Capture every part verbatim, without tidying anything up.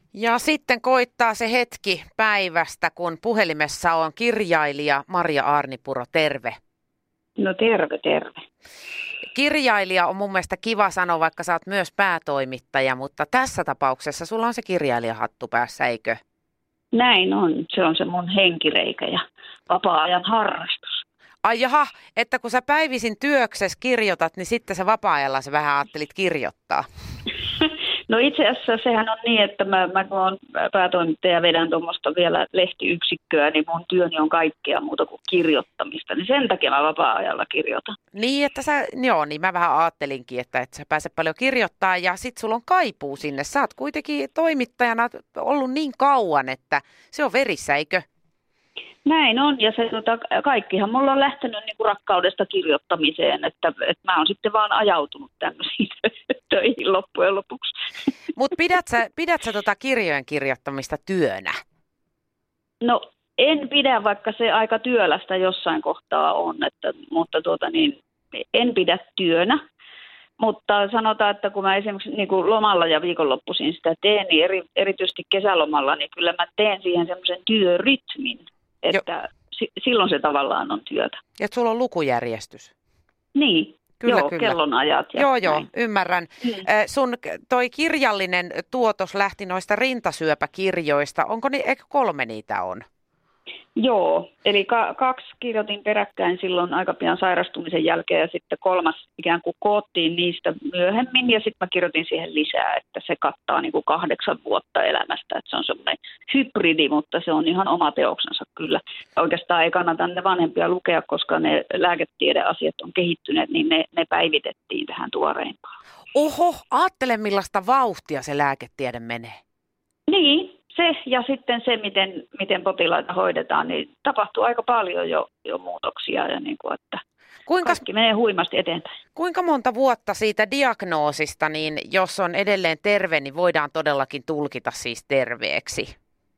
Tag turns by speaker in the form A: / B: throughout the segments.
A: Ja sitten koittaa se hetki päivästä, kun puhelimessa on kirjailija Maria Aarnipuro. Terve.
B: No terve, terve.
A: Kirjailija on mun mielestä kiva sanoa, vaikka sä oot myös päätoimittaja, mutta tässä tapauksessa sulla on se kirjailijahattu päässä, eikö?
B: Näin on. Se on se mun henkireikä ja vapaa-ajan harrastus.
A: Ai jaha, että kun sä päivisin työksessä kirjoitat, niin sitten sä vapaa-ajalla sä vähän ajattelit kirjoittaa.
B: No itse asiassa sehän on niin, että mä, mä kun olen päätoimittaja ja vedän tuommoista vielä lehtiyksikköä, niin mun työni on kaikkea muuta kuin kirjoittamista. Niin sen takia mä vapaa-ajalla kirjoitan.
A: Niin, että sä, joo, niin mä vähän ajattelinkin, että et sä pääse paljon kirjoittaa ja sit sulla on kaipuu sinne. Sä oot kuitenkin toimittajana ollut niin kauan, että se on verissä, eikö?
B: Näin on, ja se, tota, kaikkihan mulla on lähtenyt niin kuin rakkaudesta kirjoittamiseen, että, että mä oon sitten vaan ajautunut tämmöisiin töihin loppujen lopuksi.
A: Mutta pidät sä, pidät sä tota kirjojen kirjoittamista työnä?
B: No en pidä, vaikka se aika työlästä jossain kohtaa on, että, mutta tuota, niin, en pidä työnä. Mutta sanotaan, että kun mä esimerkiksi niin kuin lomalla ja viikonloppuisin sitä teen, niin eri, erityisesti kesälomalla, niin kyllä mä teen siihen semmoisen työrytmin. Että jo. Silloin se tavallaan on työtä.
A: Ja sulla on lukujärjestys.
B: Niin,
A: kyllä,
B: joo,
A: kyllä.
B: Kellonajat. Ja
A: joo, joo,
B: näin.
A: Ymmärrän. Hmm. Sun toi kirjallinen tuotos lähti noista rintasyöpäkirjoista. Onko ni, eikö kolme niitä on?
B: Joo, eli ka- kaksi kirjoitin peräkkäin silloin aika pian sairastumisen jälkeen ja sitten kolmas ikään kuin koottiin niistä myöhemmin ja sitten mä kirjoitin siihen lisää, että se kattaa niin kuin kahdeksan vuotta elämästä, että se on semmoinen hybridi, mutta se on ihan oma teoksensa kyllä. Ja oikeastaan ei kannata ne vanhempia lukea, koska ne lääketiedeasiat on kehittyneet, niin ne, ne päivitettiin tähän tuoreimpaan.
A: Oho, aattele millaista vauhtia se lääketiede menee.
B: Niin. Se ja sitten se, miten, miten potilaita hoidetaan, niin tapahtuu aika paljon jo, jo muutoksia ja niin kuin, että kuinka, kaikki menee huimasti eteenpäin.
A: Kuinka monta vuotta siitä diagnoosista, niin jos on edelleen terve, niin voidaan todellakin tulkita siis terveeksi?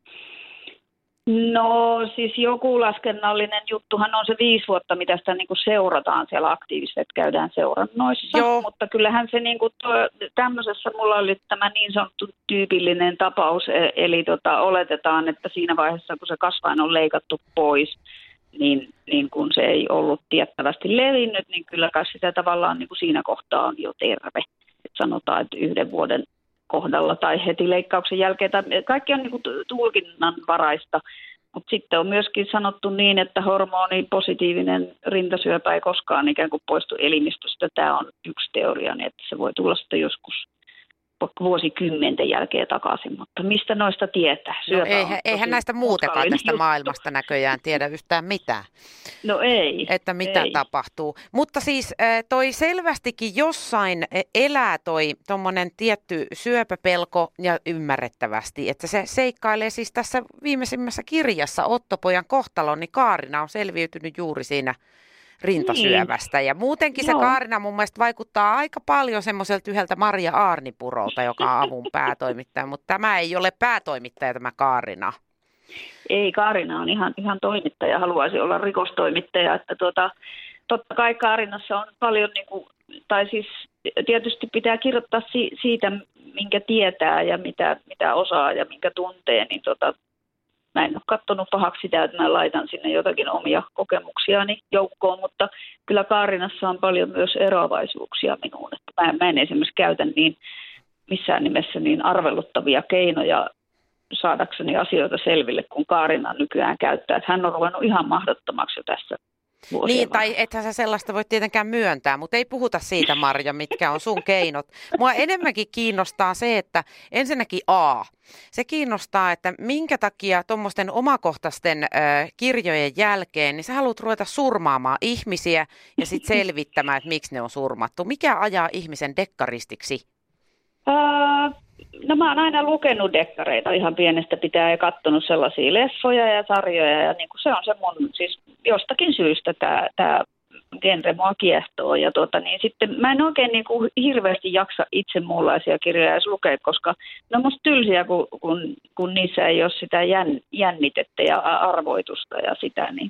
B: No siis joku laskennallinen juttuhan on se viisi vuotta, mitä sitä niin kuin seurataan siellä aktiivisesti, että käydään seurannoissa. Joo. Mutta kyllähän se niin kuin tuo, tämmöisessä mulla oli tämä niin sanottu tyypillinen tapaus, eli tota, oletetaan, että siinä vaiheessa kun se kasvain on leikattu pois, niin, niin kun se ei ollut tiettävästi levinnyt, niin kyllä kai sitä tavallaan niin kuin siinä kohtaa on jo terve. Et sanotaan, että yhden vuoden kohdalla tai heti leikkauksen jälkeen. Tai kaikki on niin kuin tulkinnanvaraista, mutta sitten on myöskin sanottu niin, että hormonipositiivinen rintasyöpä ei koskaan ikään kuin poistu elimistöstä. Tämä on yksi teoria, niin että se voi tulla sitten joskus vuosikymmenten jälkeen takaisin, mutta mistä noista tietää?
A: No eihän, eihän näistä muutenkaan tästä juttu. Maailmasta näköjään tiedä yhtään mitään.
B: No ei.
A: Että mitä
B: ei.
A: tapahtuu. Mutta siis toi selvästikin jossain elää toi tommonen tietty syöpäpelko ja ymmärrettävästi, että se seikkailee siis tässä viimeisimmässä kirjassa Ottopojan kohtalo, niin Kaarina on selviytynyt juuri siinä rintasyövästä. Niin. Ja muutenkin se Joo. Kaarina mun mielestä vaikuttaa aika paljon semmoiselta yhdeltä Maria Aarnipurolta, joka on avun päätoimittaja, mutta tämä ei ole päätoimittaja tämä Kaarina.
B: Ei, Kaarina on ihan, ihan toimittaja, haluaisi olla rikostoimittaja, että tuota, totta kai Kaarinassa on paljon, niin kuin, tai siis tietysti pitää kirjoittaa si, siitä, minkä tietää ja mitä, mitä osaa ja minkä tuntee, niin tota, mä en ole katsonut pahaksi sitä, että mä laitan sinne jotakin omia kokemuksiani joukkoon, mutta kyllä Kaarinassa on paljon myös eroavaisuuksia minuun. Että mä, mä en esimerkiksi käytä niin missään nimessä niin arveluttavia keinoja saadakseni asioita selville, kun Kaarina nykyään käyttää. Että hän on ruvennut ihan mahdottomaksi jo tässä vuosien
A: Niin, tai ethän sä sellaista voi tietenkään myöntää, mutta ei puhuta siitä, Marja, mitkä on sun keinot. Mua enemmänkin kiinnostaa se, että ensinnäkin A, se kiinnostaa, että minkä takia tuommoisten omakohtaisten ö, kirjojen jälkeen, niin sä haluat ruveta surmaamaan ihmisiä ja sitten selvittämään, että miksi ne on surmattu. Mikä ajaa ihmisen dekkaristiksi?
B: Uh, no mä oon aina lukenut dekkareita ihan pienestä pitää ja katsonut sellaisia leffoja ja sarjoja ja niin kuin se on se mun, siis jostakin syystä tämä, tämä genre mua kiehtoo ja tuota, niin sitten mä en oikein niin kuin hirveästi jaksa itse muunlaisia kirjoja edes lukea, koska ne on musta tylsiä, kun, kun, kun niissä ei ole sitä jännitettä ja arvoitusta ja sitä, niin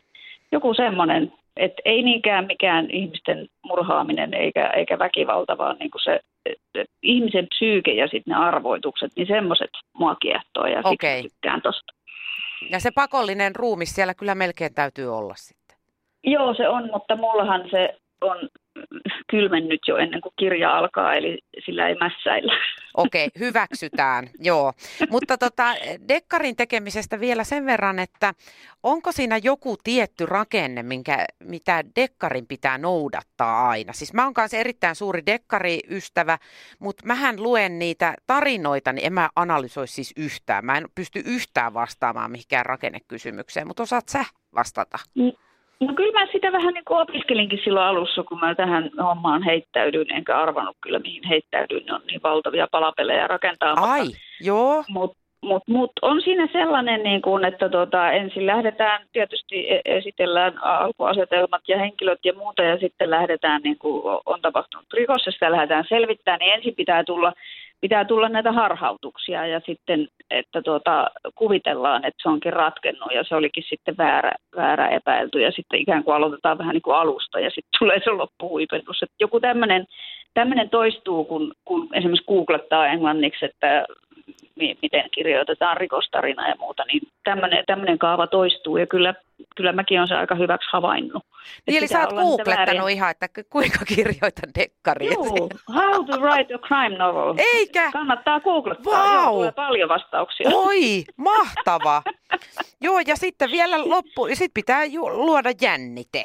B: joku semmoinen, että ei niinkään mikään ihmisten murhaaminen eikä, eikä väkivalta, vaan niin kuin se et, et ihmisen psyyke ja sitten ne arvoitukset, niin semmoiset mua kiehtoo ja siksi
A: Okei.
B: tykkään tosta.
A: Ja se pakollinen ruumis siellä kyllä melkein täytyy olla sitten.
B: Joo, se on, mutta mullahan se on kylmennyt jo ennen kuin kirja alkaa, eli sillä ei mässäillä.
A: Okei, hyväksytään, joo. Mutta tota, dekkarin tekemisestä vielä sen verran, että onko siinä joku tietty rakenne, minkä, mitä dekkarin pitää noudattaa aina? Siis mä oon kanssa erittäin suuri dekkariystävä, mutta mähän luen niitä tarinoita, niin en mä analysoi siis yhtään. Mä en pysty yhtään vastaamaan mihinkään rakennekysymykseen, mutta osaat sä vastata?
B: Mm. No kyllä mä sitä vähän niin kuin opiskelinkin silloin alussa, kun mä tähän hommaan heittäydyin, enkä arvannut kyllä mihin heittäydyin. Ne on niin valtavia palapelejä rakentaa.
A: Ai,
B: mutta,
A: joo.
B: Mutta mut, mut on siinä sellainen, niin kuin, että tota, ensin lähdetään, tietysti esitellään alkuasetelmat ja henkilöt ja muuta, ja sitten lähdetään, niin kuin on tapahtunut rikos, ja sitä lähdetään selvittämään, niin ensin pitää tulla Pitää tulla näitä harhautuksia ja sitten, että tuota, kuvitellaan, että se onkin ratkennut ja se olikin sitten väärä, väärä epäilty ja sitten ikään kuin aloitetaan vähän niin kuin alusta ja sitten tulee se loppuhuipennus. Että joku tämmöinen, tämmöinen toistuu, kun, kun esimerkiksi googlettaa englanniksi, että miten kirjoitetaan rikostarina ja muuta, niin tämmöinen, tämmöinen kaava toistuu ja kyllä, kyllä mäkin olen se aika hyväksi havainnut.
A: Niin eli sä oot googlettanut ihan, että kuinka kirjoitan dekkaria.
B: Joo, how to write a crime novel.
A: Eikä?
B: Kannattaa googlettaa,
A: wow.
B: Joo, tulee paljon vastauksia.
A: Oi, mahtava. Joo, ja sitten vielä loppu, ja sitten pitää ju- luoda jännite.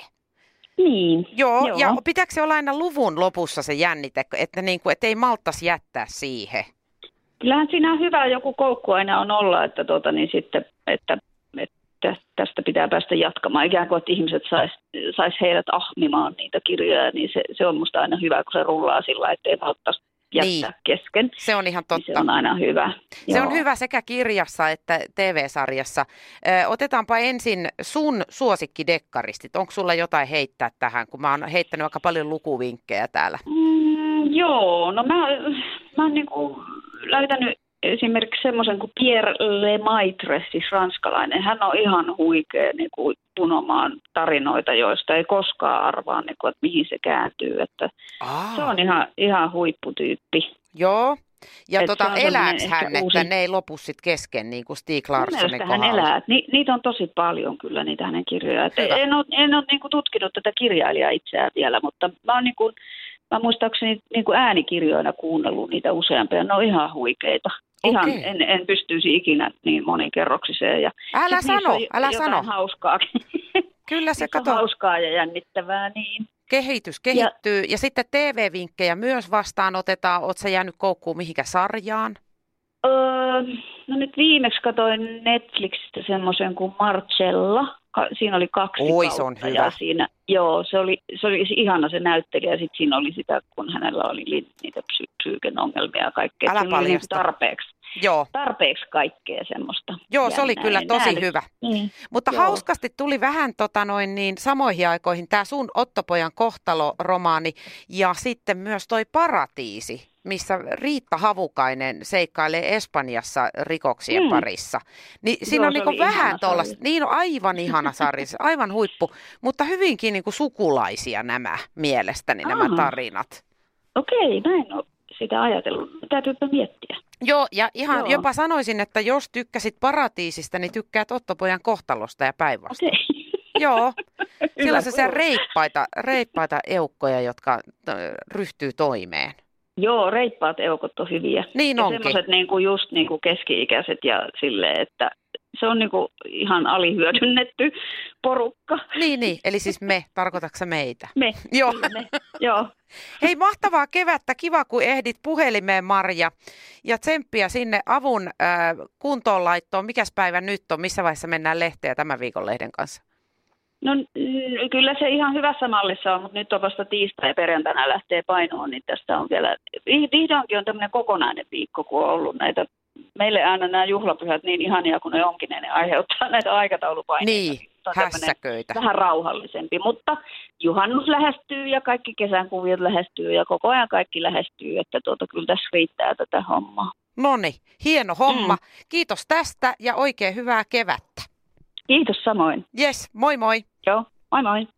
B: Niin.
A: Joo,
B: joo,
A: ja pitääkö se olla aina luvun lopussa se jännite, että niin kuin, et ei malttaisi jättää siihen?
B: Kyllähän siinä on hyvä joku koukku aina on olla, että, tuota, niin sitten, että, että tästä pitää päästä jatkamaan. Ikään kuin, että ihmiset sais, sais heidät ahmimaan niitä kirjoja, niin se, se on musta aina hyvä, kun se rullaa sillä, ettei malttaisi jättää
A: niin.
B: kesken.
A: Se on ihan totta.
B: Niin se on aina hyvä.
A: Se
B: Joo.
A: on hyvä sekä kirjassa että T V-sarjassa. Ö, otetaanpa ensin sun suosikkidekkaristit. Onko sulla jotain heittää tähän, kun mä oon heittänyt aika paljon lukuvinkkejä täällä?
B: Mm, joo, no mä, mä oon niinku löytänyt esimerkiksi semmoisen kuin Pierre Lemaitre, siis ranskalainen. Hän on ihan huikea niin kuin punomaan tarinoita, joista ei koskaan arvaa, niin kuin, että mihin se kääntyy. Että se on ihan, ihan huipputyyppi.
A: Joo. Ja
B: Et
A: tota, elääks hän, että
B: uusi...
A: ne ei lopu sit kesken, niin kuin Stieg Larssonin
B: hän
A: kohdalla?
B: elää. Ni, niitä on tosi paljon kyllä, niitä hänen kirjoja. En ole, en ole niin kuin tutkinut tätä kirjailijaa itseään vielä, mutta mä oon niin kuin, mä muistaakseni niin kuin äänikirjoina kuunnellut niitä useampia. Ne on ihan huikeita. Ihan en, en pystyisi ikinä niin monikerroksiseen. Ja
A: älä sano,
B: on
A: älä sano.
B: Hauskaakin.
A: Kyllä se
B: kato. On hauskaa ja jännittävää, niin.
A: Kehitys kehittyy. Ja, ja sitten T V-vinkkejä myös vastaanotetaan. Oletko sä jäänyt koukkuun mihinkä sarjaan?
B: Öö, no nyt viimeksi katsoin Netflixistä semmoisen kuin Marcella. Ka- siinä oli kaksi
A: Oi,
B: kautta.
A: se on hyvä.
B: Ja siinä, joo, se oli, se oli ihana se näyttelijä. Ja sitten siinä oli sitä, kun hänellä oli niitä psy- psyyken ongelmia ja kaikkea.
A: Älä
B: paljasta. Oli tarpeeksi.
A: Joo.
B: Tarpeeksi kaikkea semmoista.
A: Joo, se oli kyllä tosi näin. Hyvä.
B: Niin.
A: Mutta
B: Joo.
A: hauskasti tuli vähän tota noin niin samoihin aikoihin tämä sun Ottopojan kohtalo-romaani ja sitten myös toi Paratiisi, missä Riitta Havukainen seikkailee Espanjassa rikoksien mm. parissa. Niin siinä
B: Joo,
A: on niinku vähän tuollaista, niin on aivan ihana sarja, aivan huippu, mutta hyvinkin niinku sukulaisia nämä mielestäni Aha. nämä tarinat.
B: Okei, mä en ole sitä ajatellut. Täytyypä miettiä.
A: Joo, ja ihan
B: Joo.
A: jopa sanoisin, että jos tykkäsit Paratiisista, niin tykkäät Ottopojan kohtalosta ja päinvastoin.
B: Okei.
A: Joo, siellä on sellaisia reippaita, reippaita eukkoja, jotka ryhtyy toimeen.
B: Joo, reippaat eukot on hyviä.
A: Niin
B: ja
A: onkin.
B: Semmoiset niin kuin just niin kuin keski-ikäiset ja silleen, että se on niin kuin ihan alihyödynnetty porukka.
A: Niin, niin. Eli siis me, tarkoitatko sä meitä?
B: Me,
A: Joo.
B: me. Joo.
A: Hei, mahtavaa kevättä. Kiva, kun ehdit puhelimeen, Marja. Ja tsemppiä sinne avun äh, kuntoonlaittoon. Mikäs päivä nyt on? Missä vaiheessa mennään lehteä tämän viikon lehden kanssa?
B: No mm, kyllä se ihan hyvässä mallissa on, mutta nyt on vasta tiistai ja perjantaina lähtee painoon, niin tästä on vielä, vihdoinkin on tämmöinen kokonainen viikko, kun on ollut näitä, meille aina nämä juhlapyhät niin ihania kuin ne onkin, ne aiheuttaa näitä aikataulupaineita.
A: Niin, hässäköitä.
B: Vähän rauhallisempi, mutta juhannus lähestyy ja kaikki kesän kuviot lähestyy ja koko ajan kaikki lähestyy, että tuota, kyllä tässä riittää tätä hommaa.
A: Noniin, hieno homma. Mm. Kiitos tästä ja oikein hyvää kevättä.
B: Kiitos samoin.
A: Jes, moi moi.
B: Joo. Moi moi!